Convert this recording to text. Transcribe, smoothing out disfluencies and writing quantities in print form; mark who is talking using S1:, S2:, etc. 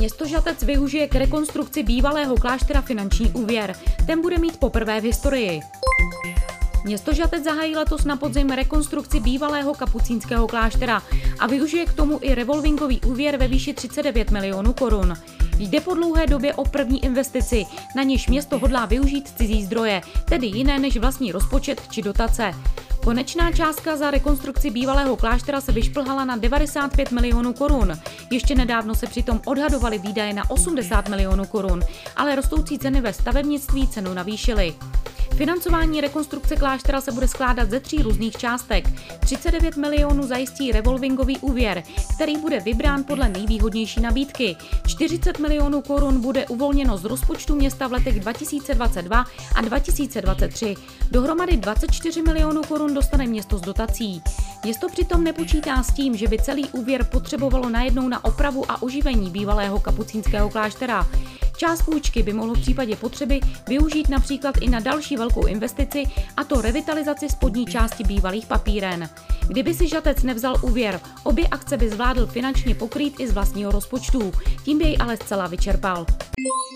S1: Město Žatec využije k rekonstrukci bývalého kláštera finanční úvěr. Ten bude mít poprvé v historii. Město Žatec zahájí letos na podzim rekonstrukci bývalého kapucínského kláštera a využije k tomu i revolvingový úvěr ve výši 39 milionů korun. Jde po dlouhé době o první investici, na níž město hodlá využít cizí zdroje, tedy jiné než vlastní rozpočet či dotace. Konečná částka za rekonstrukci bývalého kláštera se vyšplhala na 95 milionů korun. Ještě nedávno se přitom odhadovaly výdaje na 80 milionů korun, ale rostoucí ceny ve stavebnictví cenu navýšily. Financování rekonstrukce kláštera se bude skládat ze 3 různých částek. 39 milionů zajistí revolvingový úvěr, který bude vybrán podle nejvýhodnější nabídky. 40 milionů korun bude uvolněno z rozpočtu města v letech 2022 a 2023. Dohromady 24 milionů korun dostane město z dotací. Město přitom nepočítá s tím, že by celý úvěr potřebovalo najednou na opravu a oživení bývalého kapucínského kláštera. Část půjčky by mohlo v případě potřeby využít například i na další velkou investici, a to revitalizaci spodní části bývalých papíren. Kdyby si Žatec nevzal úvěr, obě akce by zvládl finančně pokrýt i z vlastního rozpočtu, tím by jej ale zcela vyčerpal.